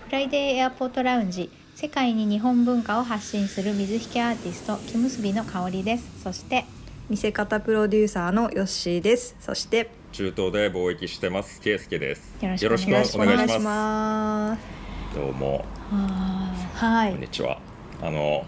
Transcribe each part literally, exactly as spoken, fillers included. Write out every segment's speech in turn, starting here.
フライデーエアポートラウンジ、世界に日本文化を発信する水引アーティスト木結びの香りです。そして見せ方プロデューサーのヨッシーです。そして中東で貿易してますケイスケです。 よろしよろしくお願いします。どうもはい、 こんにちは。あの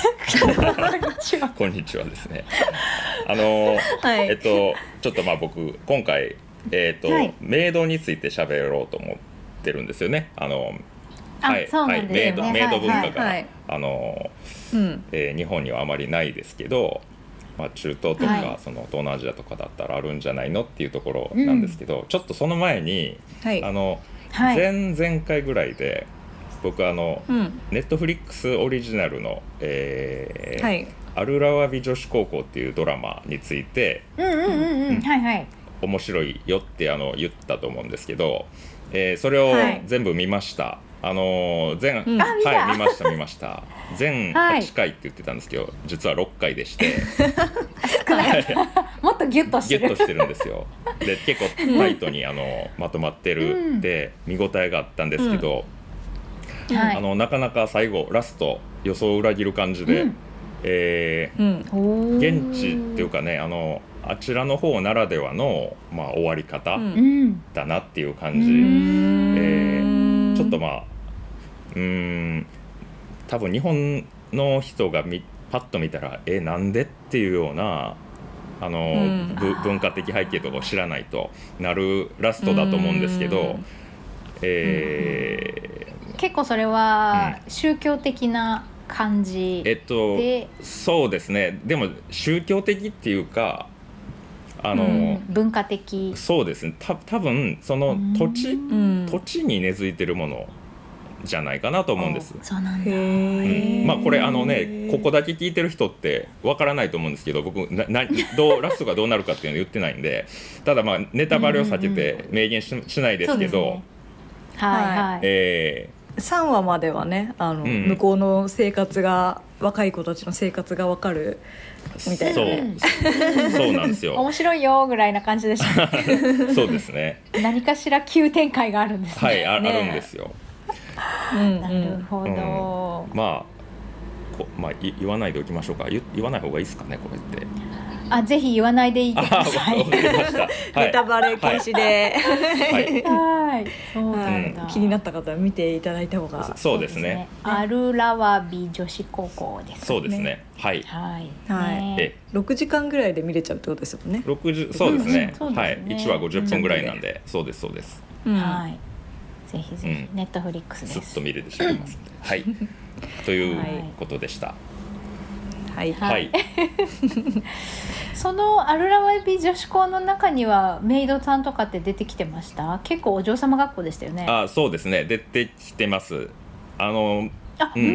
こんにちはですね。あの、はい、えっとちょっとまあ僕今回えっと、はい、メイドについて喋ろうと思ってるんですよね。あのあ、はい、そうなんですよね。 はい、メイド、メイド文化が、 はいはい、 あの、うんえー、日本にはあまりないですけど、まあ、中東とか、はい、その東南アジアとかだったらあるんじゃないのっていうところなんですけど、うん、ちょっとその前に、はい、あの、はい、前々回ぐらいで僕あの、うん、ネットフリックスオリジナルの、えーはい、アルラワビ女子高校っていうドラマについて面白いよってあの言ったと思うんですけど、えー、それを全部見ました。はい、あの全、うん、はい、見ました見ました全はちかいって言ってたんですけど、はい、実はろっかいでして少ない、もっとギュッとしてるギュッとしてるんですよ。で結構タイトにあのまとまってるで、うん、見応えがあったんですけど、うんあのなかなか最後ラスト予想を裏切る感じで、うんえーうん、現地っていうかねあのあちらの方ならではの、まあ、終わり方だなっていう感じ、うんえー、ちょっとまあうーん多分日本の人がみパッと見たらえなんでっていうようなあの、うん、文化的背景とかを知らないとなるラストだと思うんですけど、えー、結構それは宗教的な感じで、 えっと、そうですね。でも宗教的っていうかあの、うん、 文化的そうですね。た多分その土地、うん、土地に根付いてるものじゃないかなと思うんです。 そうなんだ、 うんまあ、これあのねここだけ聞いてる人ってわからないと思うんですけど、僕ななどうラストがどうなるかっていうのを言ってないんで、ただまあネタバレを避けて明言 し,、うんうん、しないですけど、ね、 はいはい、 えーさんわまではねあの、うん、向こうの生活が若い子たちの生活が分かるみたいな、ね、 そうそうなんですよ。 面白いよぐらいな感じでしたそうですね。 何かしら急展開があるんですね。 はい あ, ねあるんですよ。 うん、なるほど、 うん、まあこ、まあ、言わないでおきましょうか。 言, 言わない方がいいですかねこれって。 あぜひ言わないでいてください。 ネタバレ禁止で、 はい、はい、そうなんだ、 うん、気になった方は見ていただいた方が。 そうですね。 アルラワビ女子高校ですね。 そうですね。はい、 はいはい、えろくじかんぐらいで見れちゃうってことですもんね。 ろくじゅうそうですね、うん、はい、いちわごじゅっぷんぐらいなんで、そうですそうです、 うん、はいぜひぜひ、うん、ネットフリックスです。 ずっと見れてしまいますので、はいということでした。 はい、はい、 そのアルラワビ女子校の中にはメイドさんとかって出てきてました？結構お嬢様学校でしたよね。 あ、そうですね、出てきてます。あのあ、うん、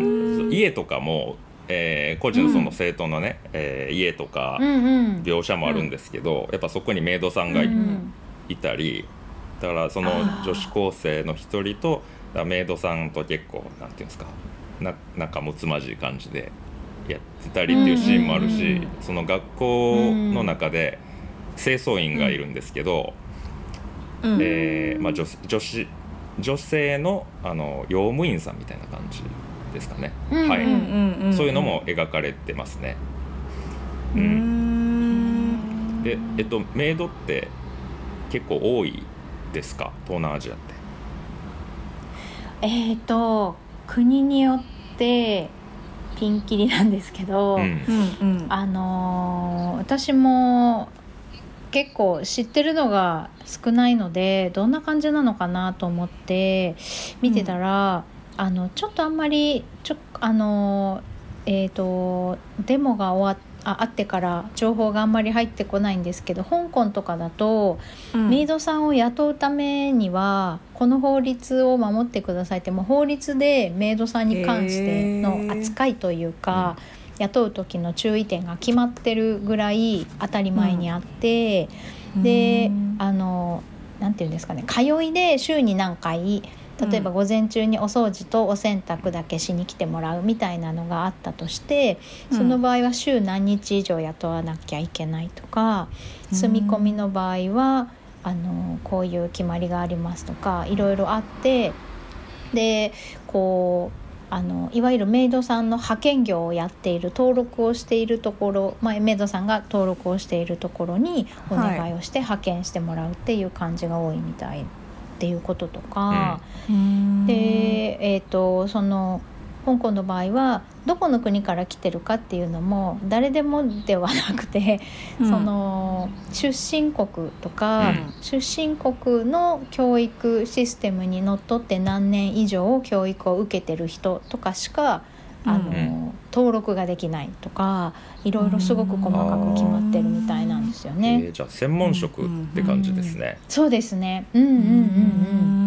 家とかも、えー、個人のその生徒のね、うんえー、家とか描写もあるんですけど、うんうん、やっぱそこにメイドさんが い,、うん、いたりだからその女子高生の一人とメイドさんと結構なんていうんですかな仲睦まじい感じでやってたりっていうシーンもあるし、うんうんうん、その学校の中で清掃員がいるんですけど、うんえーまあ、女, 女, 子女性 の, あの用務員さんみたいな感じですかね、うんはいうん、そういうのも描かれてますね、うん、で、えっと、メイドって結構多いですか東南アジアって。 えーと国によってピンキリなんですけど、うんあのー、私も結構知ってるのが少ないのでどんな感じなのかなと思って見てたら、うん、あのちょっとあんまりちょあのー、えーとデモが終わってあ, あってから情報があんまり入ってこないんですけど、香港とかだと、うん、メイドさんを雇うためにはこの法律を守ってくださいって、もう法律でメイドさんに関しての扱いというか、うん、雇う時の注意点が決まってるぐらい当たり前にあって、うん、であのなんていうんですかね、通いで週に何回例えば午前中にお掃除とお洗濯だけしに来てもらうみたいなのがあったとして、その場合は週何日以上雇わなきゃいけないとか、住み込みの場合はあのこういう決まりがありますとかいろいろあって、 でこうあのいわゆるメイドさんの派遣業をやっている登録をしているところ、まあ、メイドさんが登録をしているところにお願いをして派遣してもらうっていう感じが多いみたいっていうこととか、うん、で、えーと、その香港の場合はどこの国から来てるかっていうのも誰でもではなくて、うん、その出身国とか、うん、出身国の教育システムにのっとって何年以上教育を受けてる人とかしかあの、うん、登録ができないとかいろいろすごく細かく決まってるみたいなんですよね。 えー、じゃあ専門職って感じですね。うんうん、 そうですね。うんうんうんうん。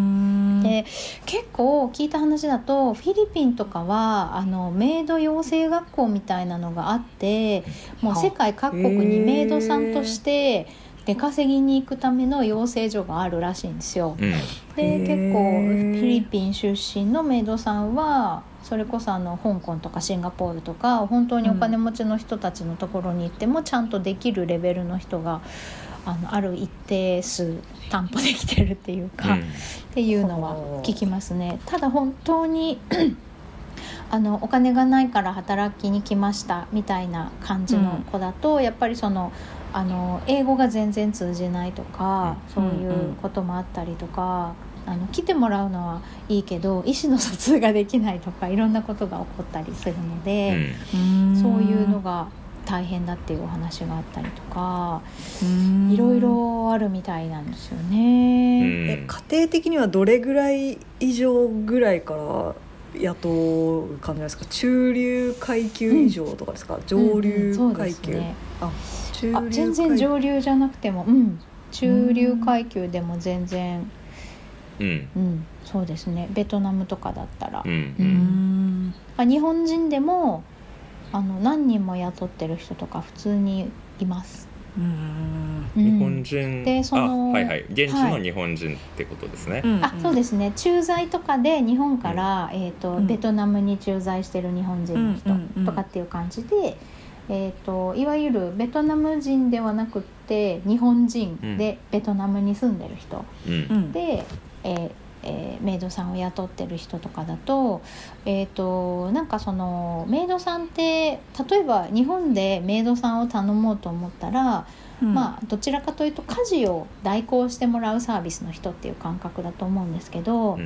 で結構聞いた話だとフィリピンとかはあのメイド養成学校みたいなのがあってもう世界各国にメイドさんとして出稼ぎに行くための養成所があるらしいんですよ。うん、で結構フィリピン出身のメイドさんはそれこそあの香港とかシンガポールとか本当にお金持ちの人たちのところに行ってもちゃんとできるレベルの人があのある一定数担保できてるっていうか、うん、っていうのは聞きますね。ただ本当にあのお金がないから働きに来ましたみたいな感じの子だと、うん、やっぱりそのあの英語が全然通じないとか、うん、そういうこともあったりとか、あの来てもらうのはいいけど意思の疎通ができないとかいろんなことが起こったりするので、うん、そういうのが大変だっていうお話があったりとかいろいろあるみたいなんですよね。 え家庭的にはどれぐらい以上ぐらいから雇う感じですか？中流階級以上とかですか？うん、上流階級、うんうんね、 あ中流階級あ全然上流じゃなくても、うん、中流階級でも全然、うんうん、そうですね。ベトナムとかだったら、うんうんうん、日本人でもあの何人も雇ってる人とか普通にいます。 うん日本人でそのあ、はいはい、現地の日本人ってことですね。 はい、あそうですね。駐在とかで日本から、うんえーとうん、ベトナムに駐在してる日本人の人とかっていう感じで、うんうんうんえーと、いわゆるベトナム人ではなくって日本人でベトナムに住んでる人、うん、で、えーえー、メイドさんを雇ってる人とかだと、えーと、なんかそのメイドさんって例えば日本でメイドさんを頼もうと思ったら、うんまあ、どちらかというと家事を代行してもらうサービスの人っていう感覚だと思うんですけど、うん、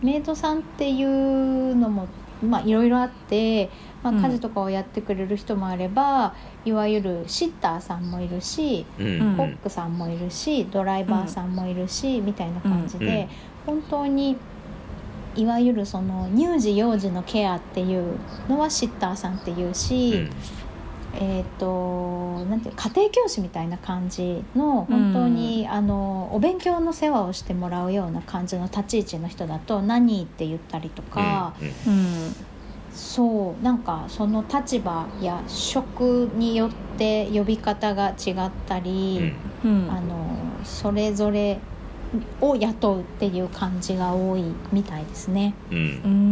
メイドさんっていうのもまあいろいろあって、まあ、家事とかをやってくれる人もあれば、うん、いわゆるシッターさんもいるし、うん、コックさんもいるしドライバーさんもいるし、うん、みたいな感じで、うん、本当にいわゆるその乳児幼児のケアっていうのはシッターさんっていうし、うんえーと、なんていう家庭教師みたいな感じの本当に、うん、あのお勉強の世話をしてもらうような感じの立ち位置の人だと何って言ったりとか、うんうん、そうなんかその立場や職によって呼び方が違ったり、うん、あのそれぞれを雇うっていう感じが多いみたいですね。うん、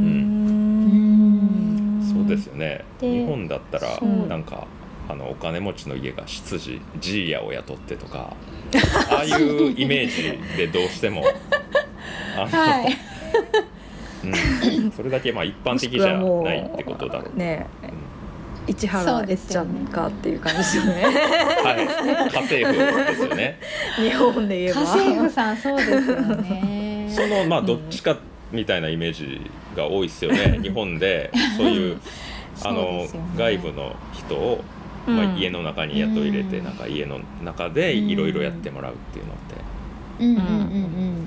うんそうですよね。日本だったらなんかあのお金持ちの家が執事ジーヤを雇ってとかああいうイメージでどうしてもあの、はいうん、それだけまあ一般的じゃないってことだろうね。 うん、市原えっちゃんかっていう感じですよね。 はい、家政婦ですよね。 日本で言えば家政婦さんそうですよね。 そのまあどっちかみたいなイメージが多いですよね。日本でそういうあの、ね、外部の人を、まあ、家の中に雇い入れて、うん、なんか家の中でいろいろやってもらうっていうのって。うんうんうんうん。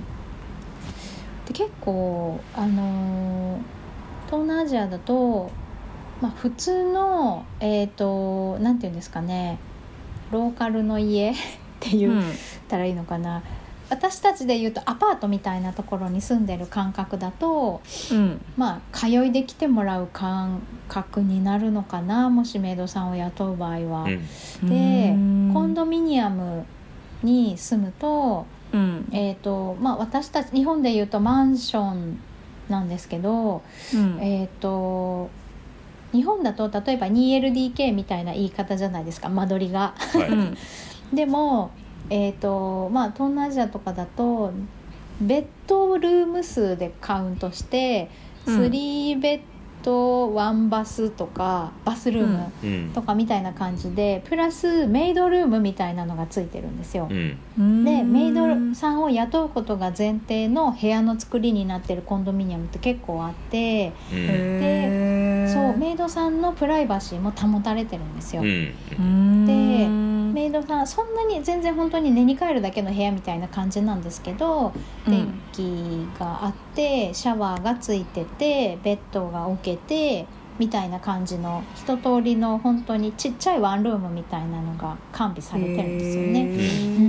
で結構あの東南アジアだと。まあ、普通の、えーと、なんていうんですかねローカルの家って言ったらいいのかな、うん、私たちで言うとアパートみたいなところに住んでる感覚だと、うん、まあ通いで来てもらう感覚になるのかなもしメイドさんを雇う場合は、うん、でコンドミニアムに住むと、うんえーとまあ、私たち日本で言うとマンションなんですけど、うん、えーと日本だと例えば ツーエルディーケー みたいな言い方じゃないですか間取りが、はい、でも、えーとまあ、東南アジアとかだとベッドルーム数でカウントして、うん、スリーベッドワンバスとかバスルームとかみたいな感じで、うん、プラスメイドルームみたいなのがついてるんですよ、うん、でメイドさんを雇うことが前提の部屋の作りになってるコンドミニアムって結構あって、うん、でそうメイドさんのプライバシーも保たれてるんですよ、うん、でメイドさんそんなに全然本当に寝に帰るだけの部屋みたいな感じなんですけど、うん、電気があってシャワーがついててベッドが置けてみたいな感じの一通りの本当にちっちゃいワンルームみたいなのが完備されてるんですよね、うん、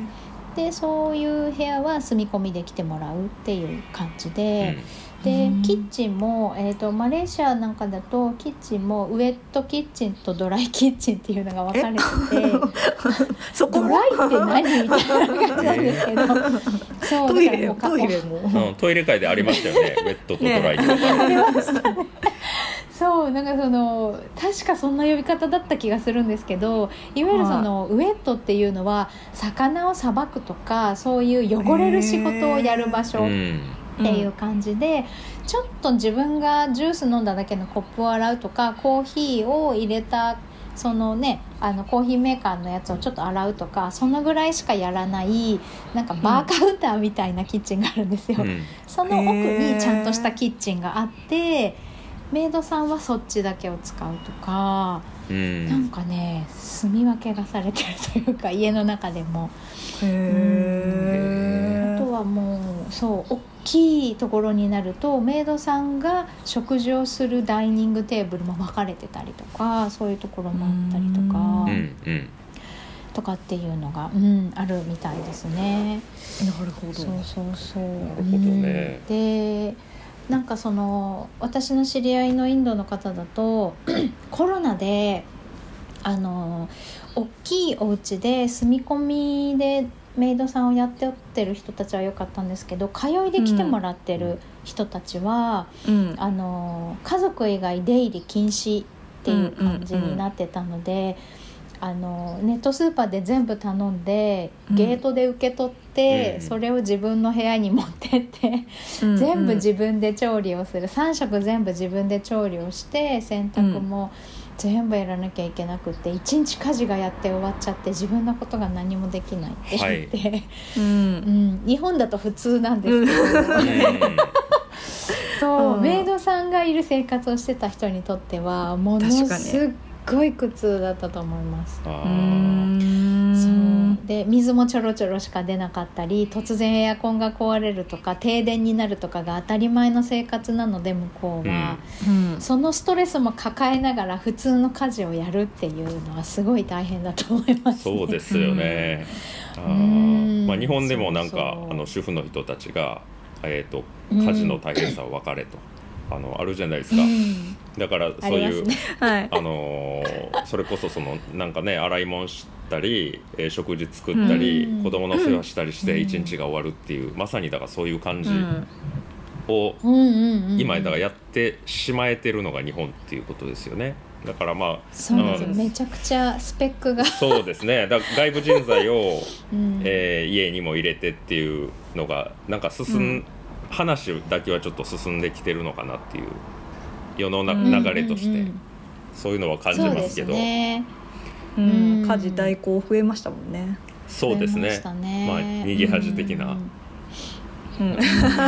でそういう部屋は住み込みで来てもらうっていう感じで、うんでキッチンも、えーと、マレーシアなんかだとキッチンもウェットキッチンとドライキッチンっていうのが分かれててそこドライって何みたいな感じなんですけどそうトイレもトイレも、 うん、トイレ界でありましたよねウェットとドライとか、ね、 ありましたねそうなんかその確かそんな呼び方だった気がするんですけどいわゆるその、はい、ウェットっていうのは魚をさばくとかそういう汚れる仕事をやる場所、っていう感じで、うん、ちょっと自分がジュース飲んだだけのコップを洗うとかコーヒーを入れたそのねあのコーヒーメーカーのやつをちょっと洗うとかそのぐらいしかやらないなんかバーカウンターみたいなキッチンがあるんですよ、うん、その奥にちゃんとしたキッチンがあってメイドさんはそっちだけを使うとか、うん、なんかね住み分けがされてるというか家の中でもへ、うん、あとはもうそう大きいところになるとメイドさんが食事をするダイニングテーブルも分かれてたりとかそういうところもあったりとか、うんうん、とかっていうのが、うん、あるみたいですね。 なるほど。 そうそうそう。 なるほどね。 うん、でなんかその私の知り合いのインドの方だとコロナであの大きいお家で住み込みでメイドさんをやっておってる人たちは良かったんですけど通いで来てもらってる人たちは、うん、あの家族以外出入り禁止っていう感じになってたので、うんうんうん、あのネットスーパーで全部頼んでゲートで受け取って、うん、それを自分の部屋に持ってって、うんうん、全部自分で調理をするさん食全部自分で調理をして洗濯も、うん全部やらなきゃいけなくて一日家事がやって終わっちゃって自分のことが何もできないって言って、はいうんうん、日本だと普通なんですけど、うん、そう、うん、メイドさんがいる生活をしてた人にとってはものすっごい苦痛だったと思います。あそうで水もちょろちょろしか出なかったり突然エアコンが壊れるとか停電になるとかが当たり前の生活なので向こうは、うん、そのストレスも抱えながら普通の家事をやるっていうのはすごい大変だと思いますね。 そうですよね、うんあ、まあ、日本でもなんかそうそうあの主婦の人たちが、えーと、家事の大変さを分かれと、うん、あのあるじゃないですか、うん、だからそういう、ねはい、あのそれこそそのなんかね洗い物したり、えー、食事作ったり、うん、子供の世話したりして一日が終わるっていう、うん、まさにだからそういう感じを、うん、今だからやってしまえてるのが日本っていうことですよね。だからまあそうですよ、めちゃくちゃスペックがそうですね。だから外部人材を、うんえー、家にも入れてっていうのがなんか進ん、うん、話だけはちょっと進んできてるのかなっていう世のな、うん、流れとして、うんうんうん、そういうのは感じますけど、 ねうん、家事代行増えましたもんね。 そうですね。ま, ねまあ逃げ恥的な、うんうん、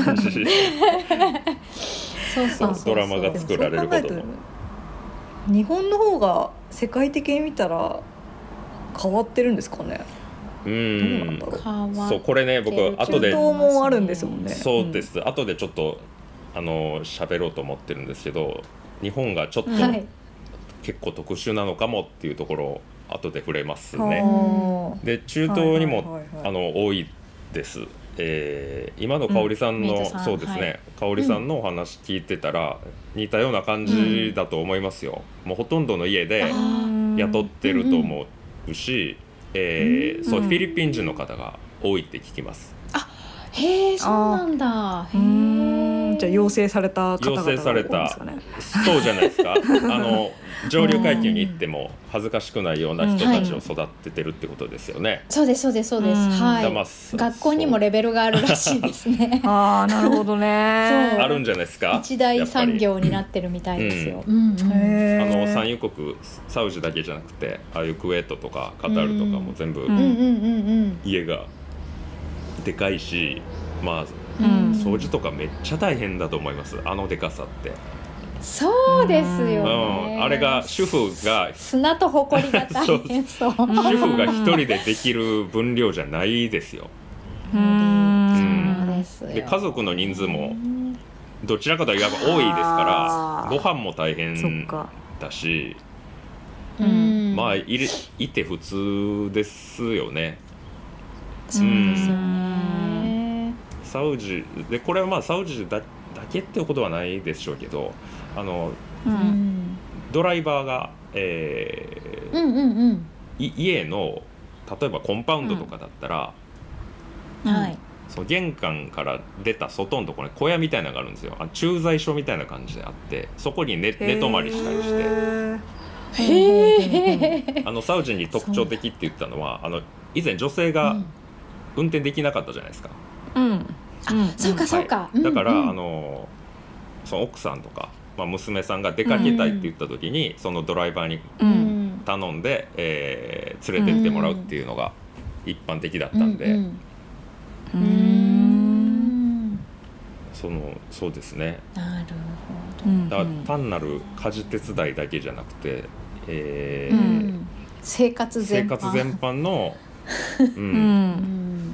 そうそうそうドラマが作られることも日本の方が世界的に見たら変わってるんですかね。 うんどうなんだろう。そうこれね僕後で中東もあるんですもんね。 そうです、うん、後でちょっとあの喋ろうと思ってるんですけど日本がちょっと、はい、結構特殊なのかもっていうところを後で触れますね。で中東にも、はいはいはいはい、あの多いです。えー、今の香織さんの、うん、そうですね、はい、香織さんのお話聞いてたら、うん、似たような感じだと思いますよ、うん、もうほとんどの家で雇ってると思うし、うんえー、そうフィリピン人の方が多いって聞きます。 あへえそうなんだ。へじじゃあ養成された方々が多いんですかね。 養成された、そうじゃないですか。あの上流階級に行っても恥ずかしくないような人たちを育ててるってことですよね。うんはい、 そうですそうですそうです。はい。学校にもレベルがあるらしいですね。 ああなるほどね。 あるんじゃないですか。 一大産業になってるみたいですよ。うんうんうん、 あの産油国サウジだけじゃなくて、ああいうクウェートとかカタールとかも全部家がでかいし、まあ、うん、掃除とかめっちゃ大変だと思います。あのでかさって。 そうですよね、 うん、あれが主婦が砂と埃が大変そう主婦が一人でできる分量じゃないですよ。 うん、そうですよ。 で家族の人数もどちらかといえば多いですからご飯も大変だし、うん、まあいれいて普通ですよね。 そうですよね。 サウジでこれはまあサウジだだけってことはないでしょうけど、あの、うん、ドライバーが、えーうんうんうん、家の例えばコンパウンドとかだったら、うんはい、その玄関から出た外のところに小屋みたいなのがあるんですよ。あ駐在所みたいな感じであって、そこに 寝, 寝泊まりしたりして、へあのサウジに特徴的って言ったのは、あの以前女性が運転できなかったじゃないですか。 うんあ、うん、そうかそうか、 はい、だから、うん、あのその奥さんとか、まあ、娘さんが出かけたいって言った時に、うん、そのドライバーに頼んで、うんえー、連れてってもらうっていうのが一般的だったんで、うんうんうん、そのそうですね。 なるほど。 だから単なる家事手伝いだけじゃなくて、えーうん、生活全般生活全般の、うんうん、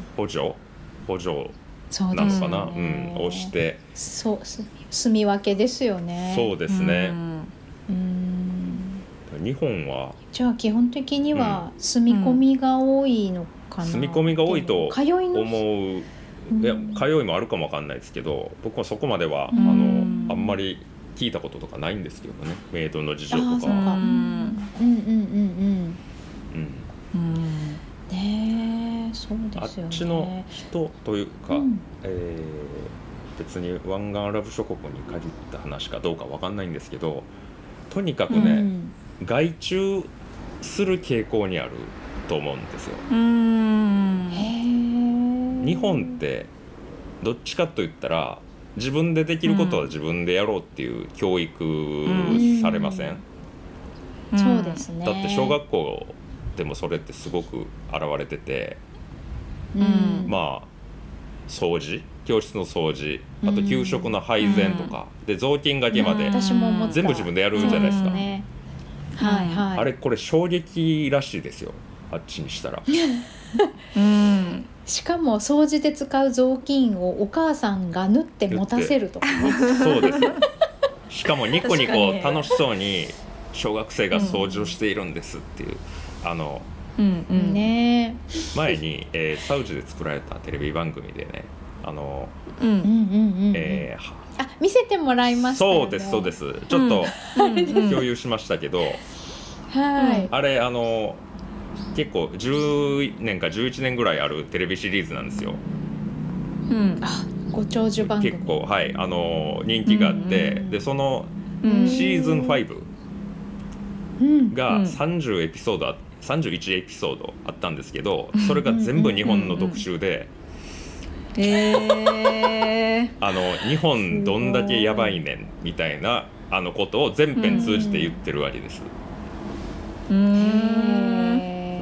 補助補助なのかな、う、ねうん、をしてそう住み分けですよね。 そうですね。うんうん日本はじゃあ基本的には住み込みが多いのかな、うん、 住み込みが多いと思う。 通いのいや通いもあるかもわかんないですけど、僕はそこまでは、うん、あのあんまり聞いたこととかないんですけどね、メイドの事情とかは。あ、そうか。うんうんうんうんうんねえそうですよね。 あっちの人というか、うんえー、別に湾岸アラブ諸国に限った話かどうかわかんないんですけど、とにかくね、うん、外注する傾向にあると思うんですよ。うーんへ日本ってどっちかと言ったら自分でできることは自分でやろうっていう教育されません？ うん、そうですね。 だって小学校でもそれってすごく現れてて、うん、まあ掃除教室の掃除あと給食の配膳とか、うん、で雑巾がけまで、うん、全部自分でやるじゃないですか、ねはいはい、あれこれ衝撃らしいですよあっちにしたら、 うん、しかも掃除で使う雑巾をお母さんが縫って持たせるとかねそうですしかもニコニコ楽しそうに小学生が掃除をしているんですっていう、うん、あの、 うんうんね、 前に、えー、サウジで作られたテレビ番組でねあの、 うんうんうんうんえー、あ見せてもらいましたよね。 そうですそうですちょっと、うん、共有しましたけど、はい、あれあの結構じゅうねんかじゅういちねんぐらいあるテレビシリーズなんですよ、 うん、あご長寿番組結構、はい、あの人気があって、うんうん、でそのシーズンごがさんじゅうエピソードあさんじゅういちエピソードあったんですけどそれが全部日本の特集で、うんうんうんえー、あの日本どんだけやばいねんみたいなあのことを全編通じて言ってるわけです、うん、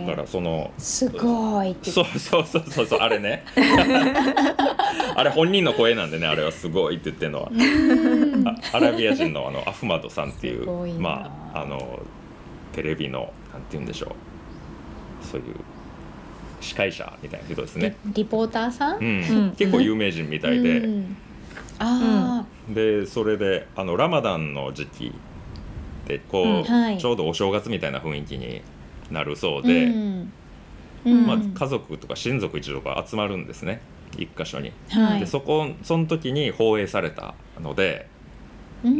だからそのすごいってそうそうそうそうそうあれねあれ本人の声なんでねあれはすごいって言ってるのはあアラビア人の、 あのアフマドさんっていうまああのテレビのなんて言うんでしょうそういう司会者みたいな人ですねリ, リポーターさん、 うんうん、結構有名人みたいで、うん、あでそれであのラマダンの時期でこう、うんはい、ちょうどお正月みたいな雰囲気になるそうで、うんうんまあ、家族とか親族一同が集まるんですね一箇所に、はい、でそこその時に放映されたのでうん、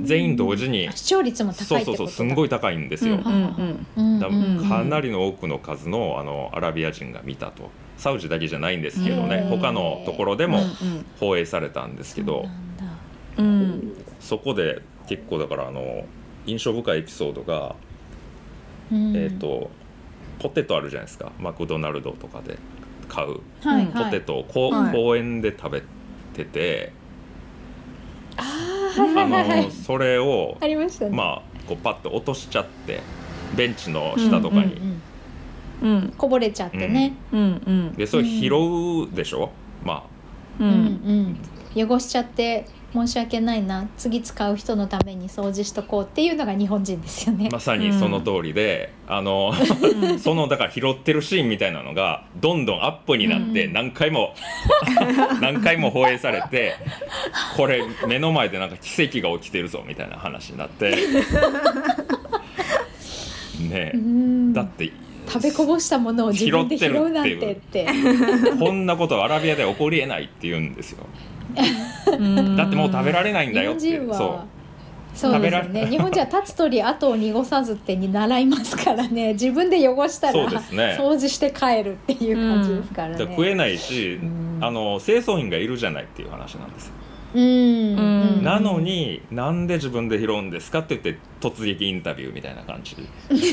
全員同時に視聴率も高いってことだ。 そうそうそうすんごい高いんですよ、うんうん、だかなりの多くの数 の, あのアラビア人が見たとサウジだけじゃないんですけどね他のところでも放映されたんですけど、うんうん、 うん、 そこで結構だからあの印象深いエピソードが、うん、えーとポテトあるじゃないですか、マクドナルドとかで買う、はい、ポテトをこう、はい、公園で食べてて、 ああのそれをありましたね、 まあこうパッと落としちゃってベンチの下とかに、 うんうんうん、こぼれちゃってね、 うんうん、でそれ拾うでしょ、うん、まあ、 うんうん、汚しちゃって申し訳ないな、次使う人のために掃除しとこうっていうのが日本人ですよね。 まさにその通りで、うん、あのそのだから拾ってるシーンみたいなのがどんどんアップになって何回も、うん、何回も放映されて、これ目の前でなんか奇跡が起きてるぞみたいな話になってね、うん、だって食べこぼしたものを自分で拾うなんてってこんなことアラビアでは起こりえないって言うんですよだってもう食べられないんだよって。 日本人はそうそうですよね、日本人は立つ鳥後を濁さずってに習いますからね、自分で汚したらそうです、ね、掃除して帰るっていう感じですからね、 うん、食えないし、うん、あの清掃員がいるじゃないっていう話なんですよ、 うん、 なのになんで自分で拾うんですかって言って突撃インタビューみたいな感じ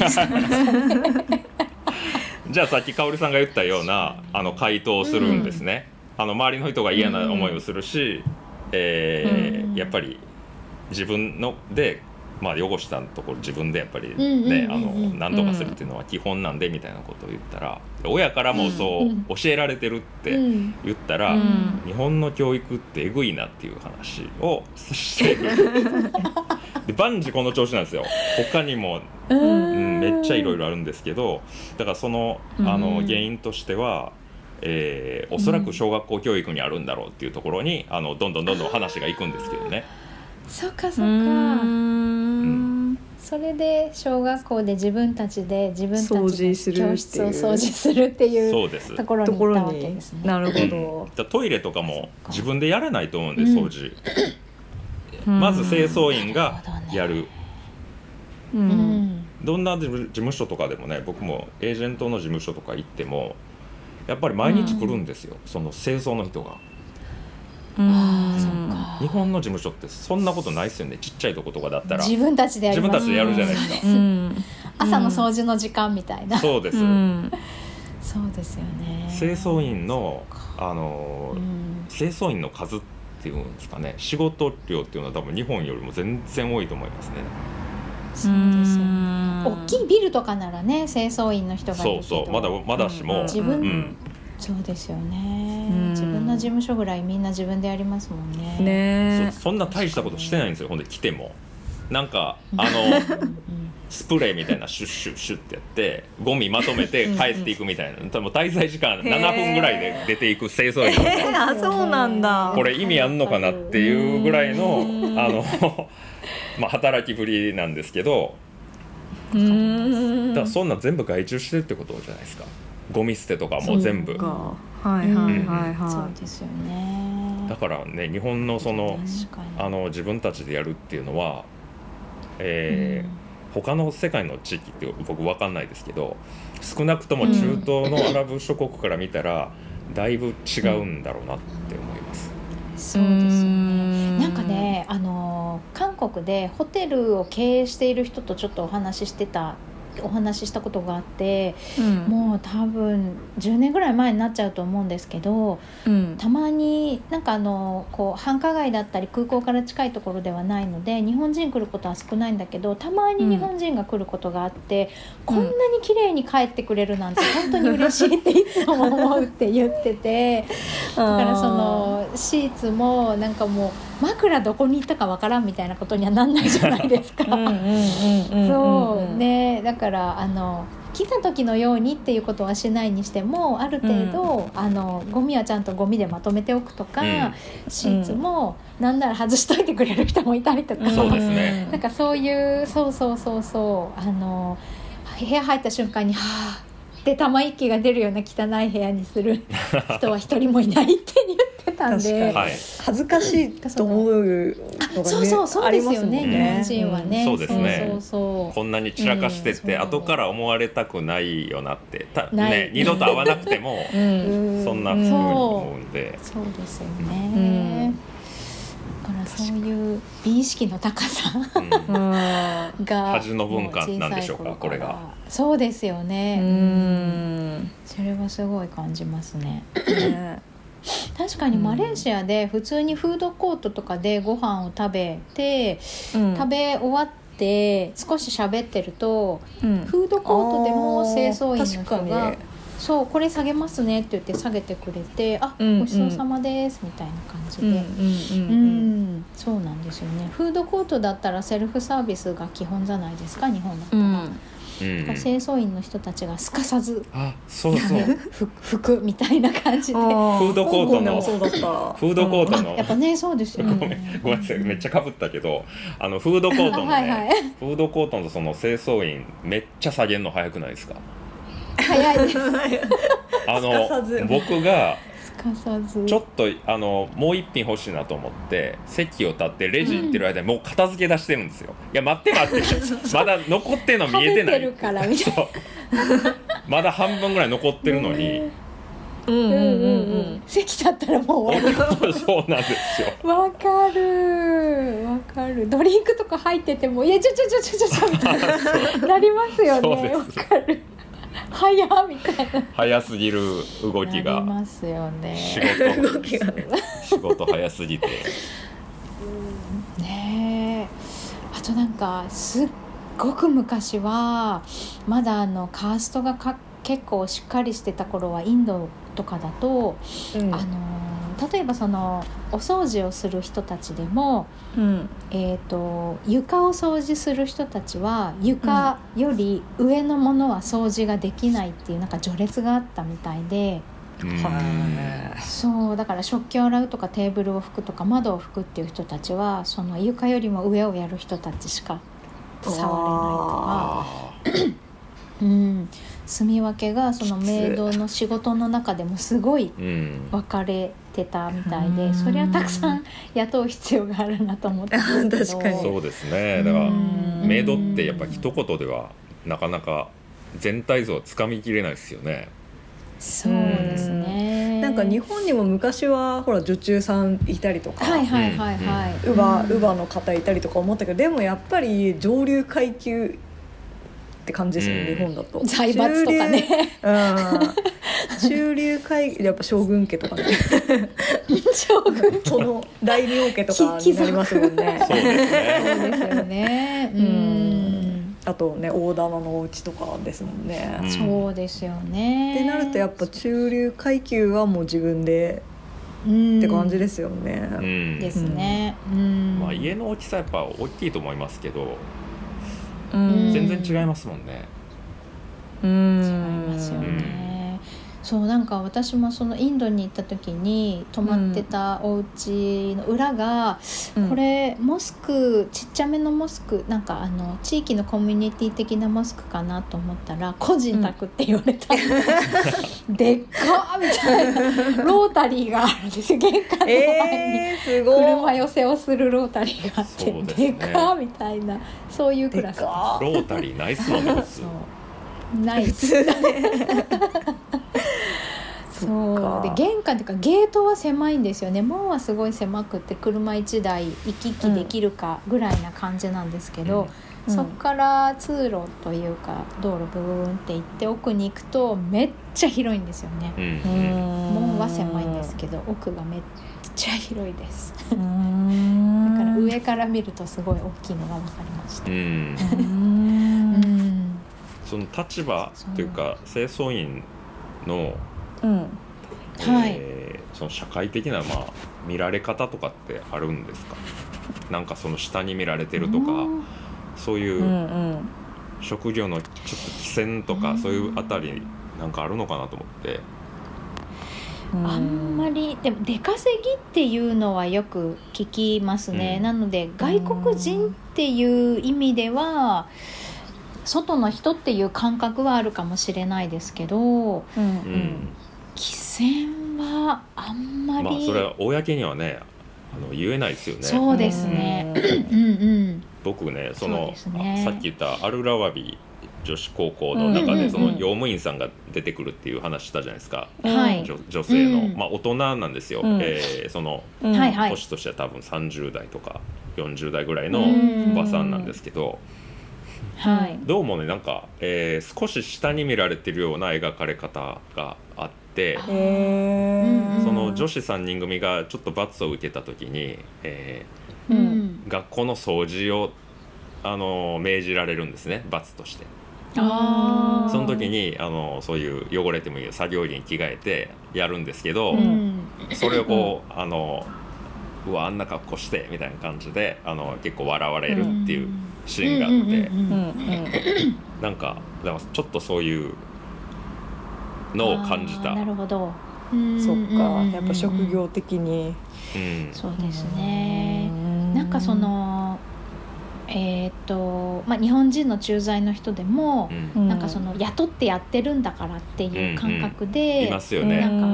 じゃあさっき香織さんが言ったようなあの回答をするんですね、うん、あの周りの人が嫌な思いをするし、うんえーうん、やっぱり自分ので、まあ、汚したところ自分でやっぱりね何とかするっていうのは基本なんでみたいなことを言ったら、親からもそう教えられてるって言ったら、うん、日本の教育ってえぐいなっていう話をしてるで万事この調子なんですよ。他にも、うん、めっちゃいろいろあるんですけど、だからその、あの原因としてはえー、おそらく小学校教育にあるんだろうっていうところに、うん、あのどんどんどんどん話がいくんですけどね。 そっかそっか、うん、それで小学校で自分たちで自分たちの教室を掃除するっていうところに行ったわけですね。 なるほど。 トイレとかも自分でやらないと思うんで、掃除、うん、まず清掃員がやる、うん、どんな事務、事務所とかでもね、僕もエージェントの事務所とか行ってもやっぱり毎日来るんですよ、うん、その清掃の人が。 ああ、そっか。 日本の事務所ってそんなことないですよね。ちっちゃいとことかだったら自分たちでやります。 自分たちでやるじゃないですか、 うん、朝の掃除の時間みたいな、 うん、そうです、うん、 そうですよね。 清掃員の、あの、うん、清掃員の数っていうんですかね、仕事量っていうのは多分日本よりも全然多いと思いますね。 そうですよね。大きいビルとかならね、清掃員の人がいるけど、 そうそう、まだまだしも、 うん、自分、うん、そうですよね、うん、自分の事務所ぐらいみんな自分でやりますもんね。 ね、 そ, そんな大したことしてないんですよ。ほんで来てもなんかあのスプレーみたいなシュッシュッシュッってやってゴミまとめて帰っていくみたいな、多分滞在時間ななふんぐらいで出ていく清掃員、 えー、あ、そうなんだ。 これ意味あんのかなっていうぐらいのあのまあ働きぶりなんですけど、うーん、だからそんな全部外注してるってことじゃないですか。ゴミ捨てとかも全部、 はいはいはいはい、 そうですよね。 だからね、日本のそのあの自分たちでやるっていうのは、えーうん、他の世界の地域って僕分かんないですけど、少なくとも中東のアラブ諸国から見たらだいぶ違うんだろうなって思います、 うん、そうですよね。なんかね、あの韓国でホテルを経営している人とちょっとお話ししてたお話ししたことがあって、うん、もう多分じゅうねんぐらい前になっちゃうと思うんですけど、うん、たまになんかあのこう繁華街だったり空港から近いところではないので日本人来ることは少ないんだけど、たまに日本人が来ることがあって、うん、こんなに綺麗に帰ってくれるなんて本当に嬉しいっていつも思うって言っててだからそのシーツもなんかもう枕どこに行ったかわからんみたいなことにはなんないじゃないですか。そうね、だからあの来た時のようにっていうことはしないにしても、ある程度、うん、あのゴミはちゃんとゴミでまとめておくとか、うん、シーツもなんなら外しといてくれる人もいたりとか、うん、 そうですね、 なんかそういうそうそうそうそうあの部屋入った瞬間にはぁでたま息が出るような汚い部屋にする人は一人もいないって言ってたんではい、恥ずかしいと思うのが、ね、 そうそうそうですよね、日本人はね、 うん、そうですね、 そうそうそう、 こんなに散らかしてって、うん、後から思われたくないよなってた、ね、二度と会わなくても、うん、そんな風に思うんで、 そうですよね、 だからそういう美意識の高さが恥の文化なんでしょうか、これが。 そうですよね。うんそれはすごい感じますね。ね確かにマレーシアで普通にフードコートとかでご飯を食べて、うん、食べ終わって少し喋ってると、うん、フードコートでも清掃員の人がそうこれ下げますねって言って下げてくれて、あ、うん、ごちそうさまですみたいな感じで、うんそうなんですよね。フードコートだったらセルフサービスが基本じゃないですか、日本だったら、うんうん、清掃員の人たちがすかさずあそうそう服みたいな感じでフードコートのフードコートの、 うん、やっぱねそうですよね。 ごめんごめんなさいめっちゃかぶったけど、あのフードコートのねはい、はい、フードコートのその清掃員めっちゃ下げるの早くないですか？ 早いですあの僕がすかさずちょっとあのもう一品欲しいなと思って席を立ってレジ行ってる間にもう片付け出してるんですよ、うん、いや待って待ってまだ残ってるの見えてない食べてるからみたいなまだ半分ぐらい残ってるのに、 うんうんうんうん、席立ったらもう終わるそうなんですよ。 わかるわかる。ドリンクとか入っててもいやちょちょちょちょちょみたいななりますよね。わかる早みたいな早すぎる動きがなりますよね。 仕事動きが仕事早すぎて、 うん、ねえあとなんかすっごく昔はまだあのカーストがか結構しっかりしてた頃はインドとかだと、うん、あの例えばそのお掃除をする人たちでも、うんえー、と床を掃除する人たちは床より上のものは掃除ができないっていうなんか序列があったみたいで、うん、そうだから食器を洗うとかテーブルを拭くとか窓を拭くっていう人たちはその床よりも上をやる人たちしか触れないとかうん、住み分けがそのメイドの仕事の中でもすごい分かれてたみたいで、うん、そりゃたくさん雇う必要があるなと思ってますけど確かにそうですね。だからメイドってやっぱ一言ではなかなか全体像をつかみきれないですよね。 そうですね。 なんか日本にも昔はほら女中さんいたりとか、 はいはいはいはい、 乳母乳母の方いたりとか思ったけど、でもやっぱり上流階級って感じですよね、うん、日本だと財閥とかね、 うん、中流階やっぱ将軍家とかね将軍家その大名家とかになりますもんねそうですねそうですよね、うん、 あとね大棚のお家とかですもんね、 うん、そうですよねってなるとやっぱ中流階級はもう自分でって感じですよね、 うん、ですね、 うんまあ、家の大きさやっぱ大きいと思いますけどうん、全然違いますもんね。 うん違いますよね、うん、そうなんか私もそのインドに行った時に泊まってたお家の裏が、うん、これモスクちっちゃめのモスクなんかあの地域のコミュニティ的なモスクかなと思ったら個人宅って言われた、うん、でっかーみたいなロータリーがあるんですよ玄関の前に、えー、すごい車寄せをするロータリーがあって、ね、でっかーみたいなそういうクラスです。ロータリーナイスもんねナイスそうで玄関っていうかゲートは狭いんですよね。門はすごい狭くて車いちだい行き来できるかぐらいな感じなんですけど、うん、そこから通路というか道路ブーンって行って奥に行くとめっちゃ広いんですよね、うん、門は狭いんですけど奥がめっちゃ広いですだから上から見るとすごい大きいのが分かりました。うんうんその立場というか清掃員の、 うんえーはい、その社会的な、まあ、見られ方とかってあるんですか？なんかその下に見られてるとか、うん、そういう職業のちょっと規制とか、うん、そういうあたりなんかあるのかなと思って、 うん、あんまりでも出稼ぎっていうのはよく聞きますね、うん、なので外国人っていう意味では外の人っていう感覚はあるかもしれないですけど、うんうん、規制はあんまり、 まあ、それは公にはねあの言えないですよね。 そうですね、うんうん、 僕ねそのそ、ね、さっき言ったアルラワビ女子高校の中でその用務員さんが出てくるっていう話したじゃないですか、 うん、 女, 女性の、うんまあ、大人なんですよ、うんえー、その、うん、年としては多分さんじゅう代とかよんじゅう代ぐらいのおばさんなんですけど、 はい、 どうもねなんか、えー、少し下に見られてるような描かれ方があって、その女子さんにん組がちょっと罰を受けた時に、えーうん、学校の掃除をあの命じられるんですね、罰として。あその時にあのそういう汚れてもいい作業着に着替えてやるんですけど、うん、それをこう、うん、あのうわあんな格好してみたいな感じであの結構笑われるっていうシーンがあってなんかだからちょっとそういうのを感じた。 なるほど、 そっか、やっぱ職業的に、 うん、そうですね。なんかそのえーとまあ、日本人の駐在の人でも、うん、なんかその雇ってやってるんだからっていう感覚で、うんうん、 いますよね。 なんか、うん、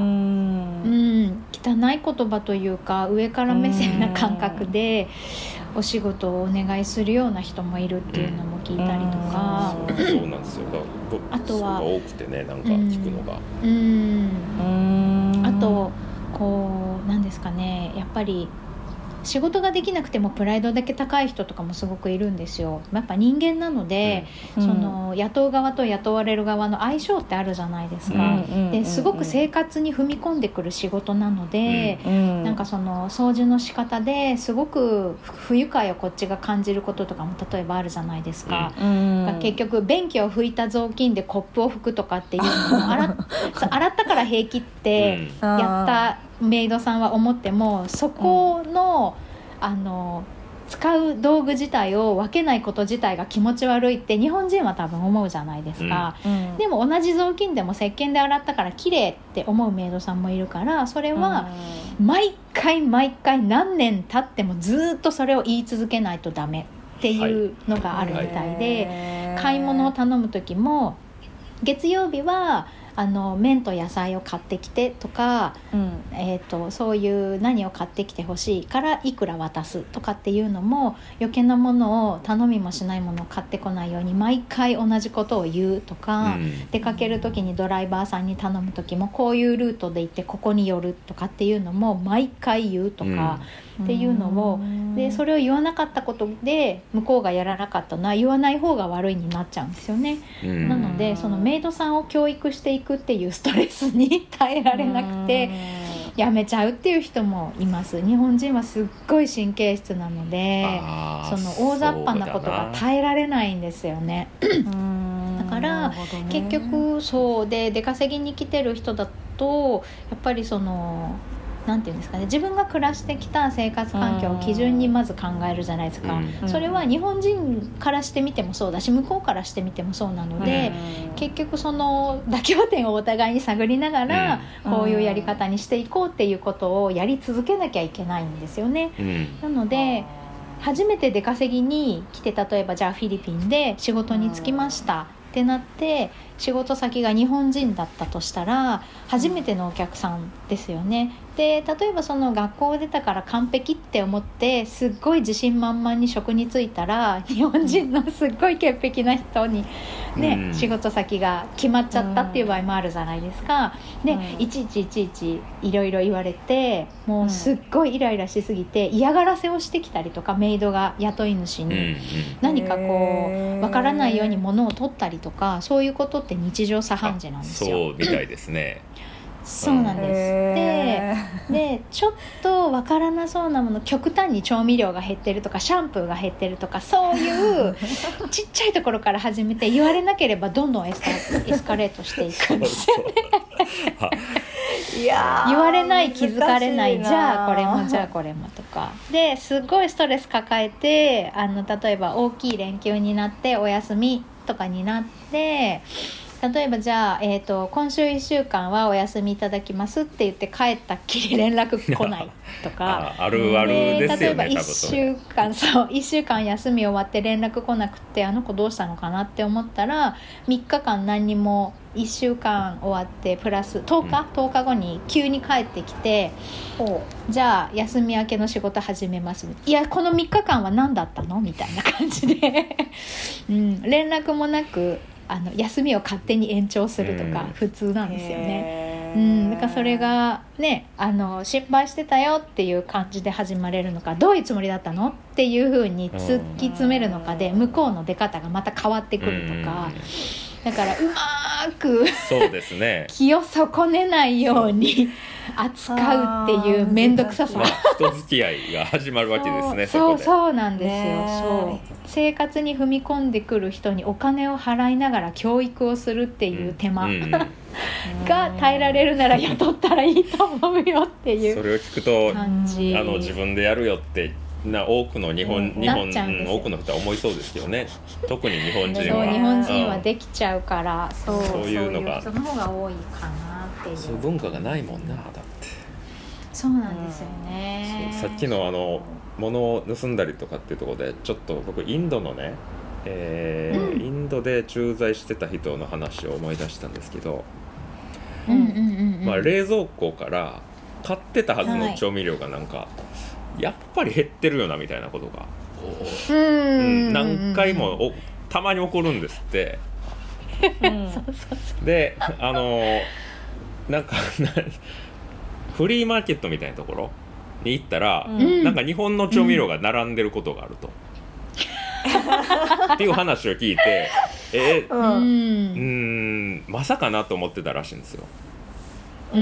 汚い言葉というか上から目線な感覚でお仕事をお願いするような人もいるっていうのも聞いたりとか、 うん、そう、そうなんですよ。だあとは多くてねなんか聞くのが、 うん、うん、あとこうなんですかね、やっぱり仕事ができなくてもプライドだけ高い人とかもすごくいるんですよ。やっぱ人間なので、うん、その雇う側と雇われる側の相性ってあるじゃないですか、うん、ですごく生活に踏み込んでくる仕事なので、うん、なんかその掃除の仕方ですごく不愉快をこっちが感じることとかも例えばあるじゃないですか、うん、結局便器を拭いた雑巾でコップを拭くとかっていうのも洗っ、洗ったから平気ってやったメイドさんは思ってもそこの、うん、あの使う道具自体を分けないこと自体が気持ち悪いって日本人は多分思うじゃないですか、うん、でも同じ雑巾でも石鹸で洗ったから綺麗って思うメイドさんもいるから、それは毎回毎回何年経ってもずっとそれを言い続けないとダメっていうのがあるみたいで、はいはい、買い物を頼む時も月曜日はあの麺と野菜を買ってきてとか、うんえー、とそういう何を買ってきてほしいからいくら渡すとかっていうのも余計なものを頼みもしないものを買ってこないように毎回同じことを言うとか、うん、出かける時にドライバーさんに頼む時もこういうルートで行ってここに寄るとかっていうのも毎回言うとか、うん、っていうのをでそれを言わなかったことで向こうがやらなかったのは言わない方が悪いになっちゃうんですよね、うん、なのでそのメイドさんを教育していくっていうストレスに耐えられなくてやめちゃうっていう人もいます。日本人はすっごい神経質なのでその大雑把なことが耐えられないんですよねだから、ね、結局そうで出稼ぎに来てる人だとやっぱりそのなんていうんですかね、自分が暮らしてきた生活環境を基準にまず考えるじゃないですか、うん、それは日本人からしてみてもそうだし向こうからしてみてもそうなので、うん、結局その妥協点をお互いに探りながら、うん、こういうやり方にしていこうっていうことをやり続けなきゃいけないんですよね、うん、なので初めて出稼ぎに来て例えばじゃあフィリピンで仕事に就きましたってなって仕事先が日本人だったとしたら初めてのお客さんですよね。で例えばその学校を出たから完璧って思ってすっごい自信満々に職に就いたら日本人のすっごい潔癖な人に、ねうん、仕事先が決まっちゃったっていう場合もあるじゃないですか。で、うん、いちいちいちいちいろいろ言われてもうすっごいイライラしすぎて嫌がらせをしてきたりとかメイドが雇い主に何かこうわからないように物を取ったりとかそういうことって日常茶飯事なんですよ。 そうみたいですねそうなんです、で, でちょっとわからなそうなもの極端に調味料が減ってるとかシャンプーが減ってるとかそういうちっちゃいところから始めて言われなければどんどんエスカ、エスカレートしていくんですよねいや言われない気づかれないじゃあこれもじゃあこれもとかですごいストレス抱えてあの例えば大きい連休になってお休みとかになって例えばじゃあ、えーと、今週いっしゅうかんはお休みいただきますって言って帰ったっきり連絡来ないとかあ, あるあるですよね。 例えばいっしゅうかんそういっしゅうかん休み終わって連絡来なくてあの子どうしたのかなって思ったらみっかかん何にもいっしゅうかん終わってプラスとおか、うん、とおかごに急に帰ってきて、うん、じゃあ休み明けの仕事始めますいやこのみっかかんは何だったのみたいな感じで、うん、連絡もなくあの休みを勝手に延長するとか普通なんですよね。うん、だからそれがね、あの心配してたよっていう感じで始まれるのか、どういうつもりだったのっていう風に突き詰めるのかで向こうの出方がまた変わってくるとか、だからうまーくそうですね気を損ねないように扱うっていう面倒くささ、 まあ、人付き合いが始まるわけですね。 そうそうそうなんですよ、そう生活に踏み込んでくる人にお金を払いながら教育をするっていう手間、うんうん、が耐えられるなら雇ったらいいと思うよっていうそれを聞くと感じ、あの自分でやるよってな多くの日本、うん、日本、うん、多くの人は思いそうですよね。特に日本人はそう日本人はできちゃうから、 うん、そうそういうのがその方が多いかなっていう。 そういう文化がないもんな、だって。 そうなんですよね。 さっきのあの物を盗んだりとかっていうところでちょっと僕インドのね、えーうん、インドで駐在してた人の話を思い出したんですけど、 うんうんうんうん、 まあ、冷蔵庫から買ってたはずの調味料がなんか、はい、やっぱり減ってるよなみたいなことが、うん、何回もおたまに起こるんですって、うん、であのなんかフリーマーケットみたいなところに行ったら、うん、なんか日本の調味料が並んでることがあると、うん、っていう話を聞いてえー、うん、うーんまさかなと思ってたらしいんですよ、うん、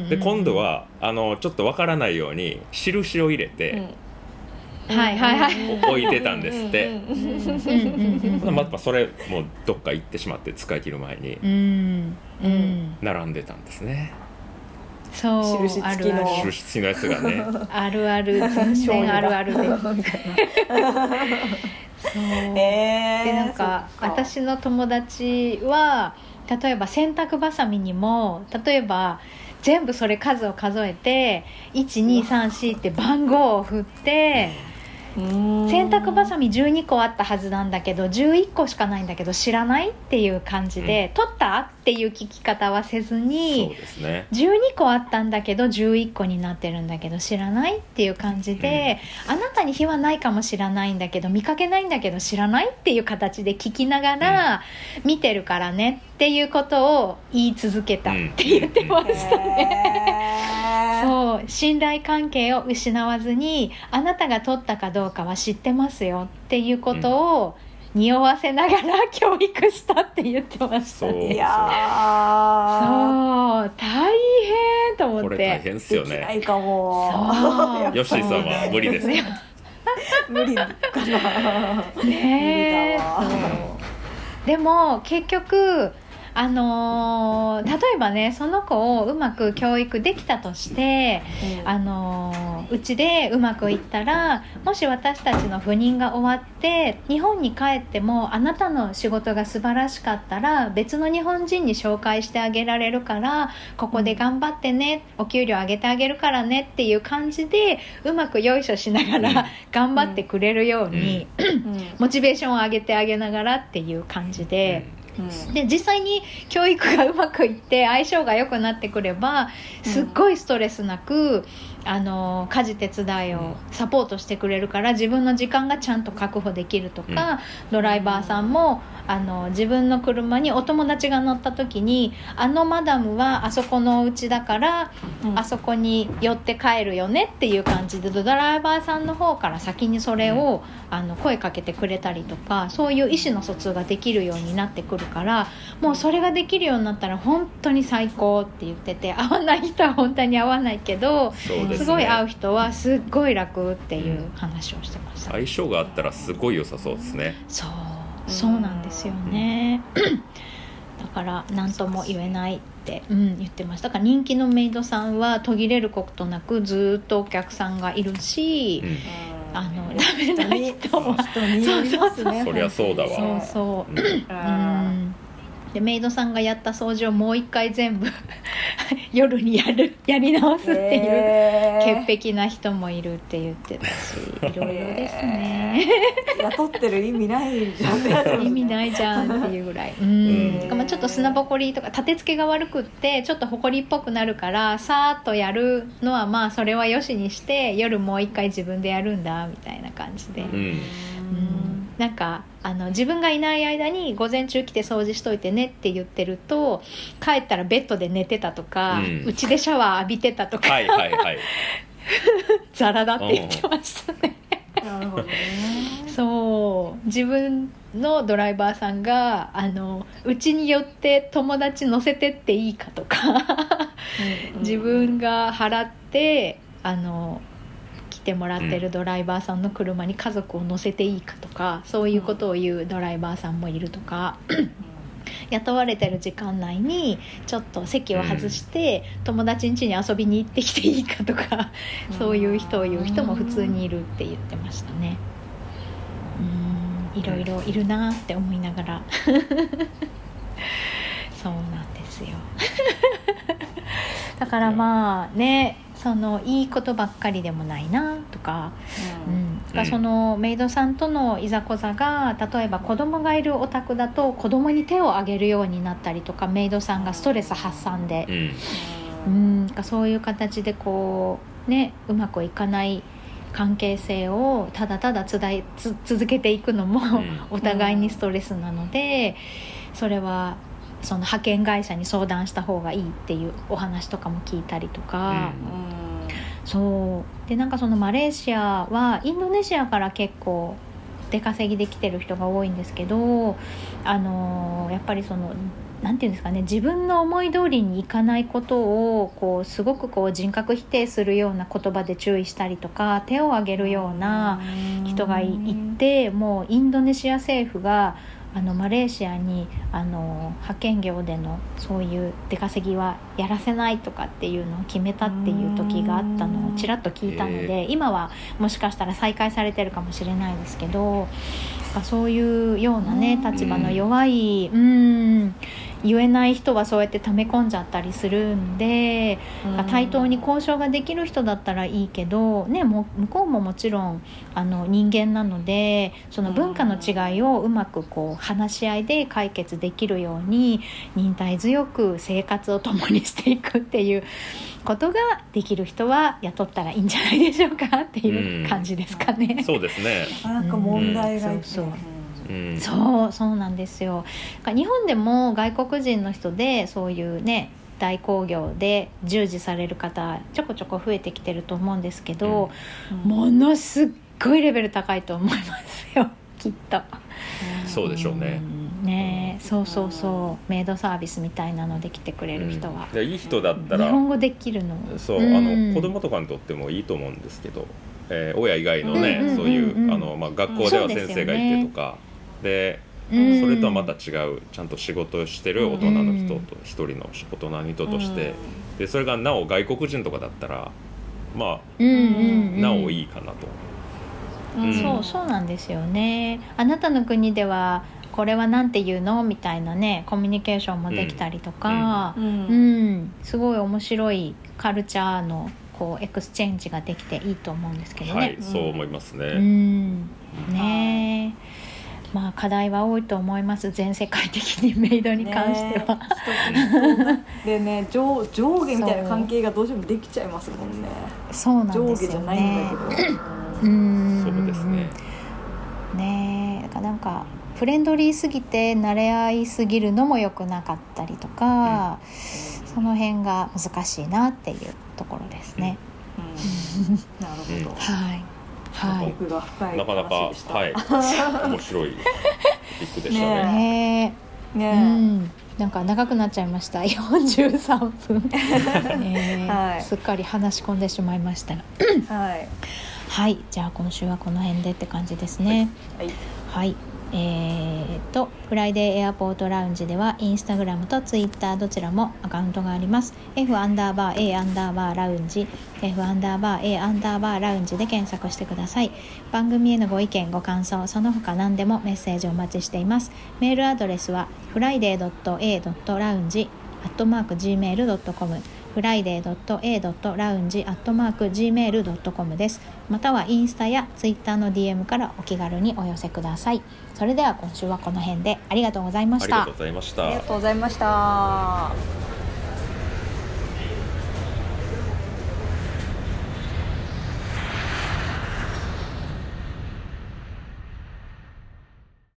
で今度はあのちょっとわからないように印を入れて、 うん、はいはいはい置いてたんですってまたそれもうどっか行ってしまって使い切る前に、うんうん、並んでたんですね。 そう印付きの印付きのやつがねあるある全然あるあるでそう、えー、でなんか私の友達は例えば洗濯バサミにも例えば全部それ数を数えていちにさんしって番号を振って洗濯バサミじゅうにこあったはずなんだけどじゅういっこしかないんだけど知らないっていう感じで、うん、取ったっていう聞き方はせずにそうですね、 じゅうにこあったんだけどじゅういっこになってるんだけど知らないっていう感じで、うん、あなたに非はないかもしれないんだけど見かけないんだけど知らないっていう形で聞きながら、うん、見てるからねっていうことを言い続けたって言ってましたね、うん、そう信頼関係を失わずにあなたが取ったかどうかは知ってますよっていうことを匂わせながら教育したって言ってましたね、うん、いやそう大変と思ってこれ大変っすよね。 できないかもヨッシーさんは無理ですね無理かなねえでも結局あのー、例えばねその子をうまく教育できたとして、うん、あのー、うちでうまくいったらもし私たちの赴任が終わって日本に帰ってもあなたの仕事が素晴らしかったら別の日本人に紹介してあげられるからここで頑張ってね、うん、お給料上げてあげるからねっていう感じでうまくよいしょしながら頑張ってくれるように、うん、モチベーションを上げてあげながらっていう感じで、うん、で実際に教育がうまくいって相性が良くなってくればすっごいストレスなく、うん、あの家事手伝いをサポートしてくれるから自分の時間がちゃんと確保できるとか、うん、ドライバーさんもあの自分の車にお友達が乗った時にあのマダムはあそこのお家だから、うん、あそこに寄って帰るよねっていう感じでドライバーさんの方から先にそれを、うん、あの声かけてくれたりとかそういう意思の疎通ができるようになってくるからもうそれができるようになったら本当に最高って言ってて合わない人は本当に合わないけど す,、ね、すごい合う人はすっごい楽っていう話をしてました、 相性があったらすごい良さそうですね。 そうそうなんですよね、うん、だから何とも言えないって、うん、言ってました。だから人気のメイドさんは途切れることなくずっとお客さんがいるし、うん、あのダメな人は人によりますね。 そりゃそうだわ。 そうそう、うんうんでメイドさんがやった掃除をもう一回全部夜にやるやり直すっていう、えー、潔癖な人もいるって言ってたしいろいろですね、 えー、雇ってる意味ないじゃん意味ないじゃんっていうぐらい、うん、えー、まあちょっと砂ぼこりとか立て付けが悪くってちょっとほこりっぽくなるからさーっとやるのはまあそれはよしにして夜もう一回自分でやるんだみたいな感じで、うんうんなんかあの自分がいない間に午前中来て掃除しといてねって言ってると、帰ったらベッドで寝てたとか、うち、ん、でシャワー浴びてたとか、はいはいはい、ザラだって言ってましたね。なるほどね。そう自分のドライバーさんがあのうちに寄って友達乗せてっていいかとか自分が払ってあの来てもらってるドライバーさんの車に家族を乗せていいかとか、そういうことを言うドライバーさんもいるとか雇われてる時間内にちょっと席を外して友達ん家に遊びに行ってきていいかとか、そういう人を言う人も普通にいるって言ってましたね。うーん、いろいろいるなって思いながらそうなんですよだからまあね、そのいいことばっかりでもないなとか、うんうん、そのメイドさんとのいざこざが例えば子供がいるお宅だと子供に手を挙げるようになったりとか、メイドさんがストレス発散で、うん、うん、そういう形でこうね、うまくいかない関係性をただただつだいつ続けていくのも、うん、お互いにストレスなので、それはその派遣会社に相談した方がいいっていうお話とかも聞いたりとか、うん、そうでなんかそのマレーシアはインドネシアから結構出稼ぎできてる人が多いんですけど、あのやっぱりそのなんていうんですかね、自分の思い通りにいかないことをこうすごくこう人格否定するような言葉で注意したりとか、手を挙げるような人が い, いて、もうインドネシア政府があのマレーシアにあの派遣業でのそういう出稼ぎはやらせないとかっていうのを決めたっていう時があったのをちらっと聞いたので、えー、今はもしかしたら再開されてるかもしれないですけど、そういうようなね立場の弱い、うん、言えない人はそうやって溜め込んじゃったりするんで、対等に交渉ができる人だったらいいけど、ね、も向こうももちろんあの人間なので、その文化の違いをうまくこう話し合いで解決できるように忍耐強く生活を共にしていくっていうことができる人は雇ったらいいんじゃないでしょうかっていう感じですかね、 うん、そうですね。 なんか問題がいっぱい、うん、そうそううん、そうそうなんですよ。日本でも外国人の人でそういうね大工業で従事される方ちょこちょこ増えてきてると思うんですけど、うんうん、ものすっごいレベル高いと思いますよきっと。 そうでしょうね、 うん、ね、そうそうそう、メイドサービスみたいなので来てくれる人は、 うん、いい人だったら日本語できるのそう、うん、あの子供とかにとってもいいと思うんですけど、えー、親以外のね、うんうんうんうん、そういうあの、まあ、学校では先生がいてとかで、うん、それとはまた違うちゃんと仕事をしてる大人の人と一人の大人の人として、うん、でそれがなお外国人とかだったらまあ、うんうんうん、なおいいかなと、 うん、そうそうなんですよね。あなたの国ではこれはなんて言うのみたいなねコミュニケーションもできたりとか、うんうんうん、すごい面白いカルチャーのこうエクスチェンジができていいと思うんですけどね。 はい、そう思いますね。 うん、ね、まあ課題は多いと思います。全世界的にメイドに関しては。 ねでね 上, 上下みたいな関係がどうしてもできちゃいますもんね。 そうなんですよね。 上下じゃないんだけど。 うん、そうですね。 ね、だからなんかフレンドリーすぎて慣れ合いすぎるのも良くなかったりとか、うん、その辺が難しいなっていうところですね、 うんうん、なるほど、 はいはい、 奥が深いなかなか、はい、面白いピックでしたね。 ねね、うん、なんか長くなっちゃいました。よんじゅうさんぷん、ね、はい、すっかり話し込んでしまいましたはいはい、じゃあ今週はこの辺でって感じですね。はい、はいはい、えー、とフライデーエアポートラウンジではインスタグラムとツイッターどちらもアカウントがあります。 F アンダーバー A アンダーバーラウンジ F アンダーバー A アンダーバーラウンジで検索してください。番組へのご意見ご感想その他何でもメッセージお待ちしています。メールアドレスは フライデードットエードットラウンジ アットマークジーメールドットコム フライデードットエードットラウンジ アットマークジーメールドットコム です。またはインスタやツイッターの ディーエム からお気軽にお寄せください。それでは今週はこの辺でありがとうございました。 ありがとうございました。 ありがとうございました。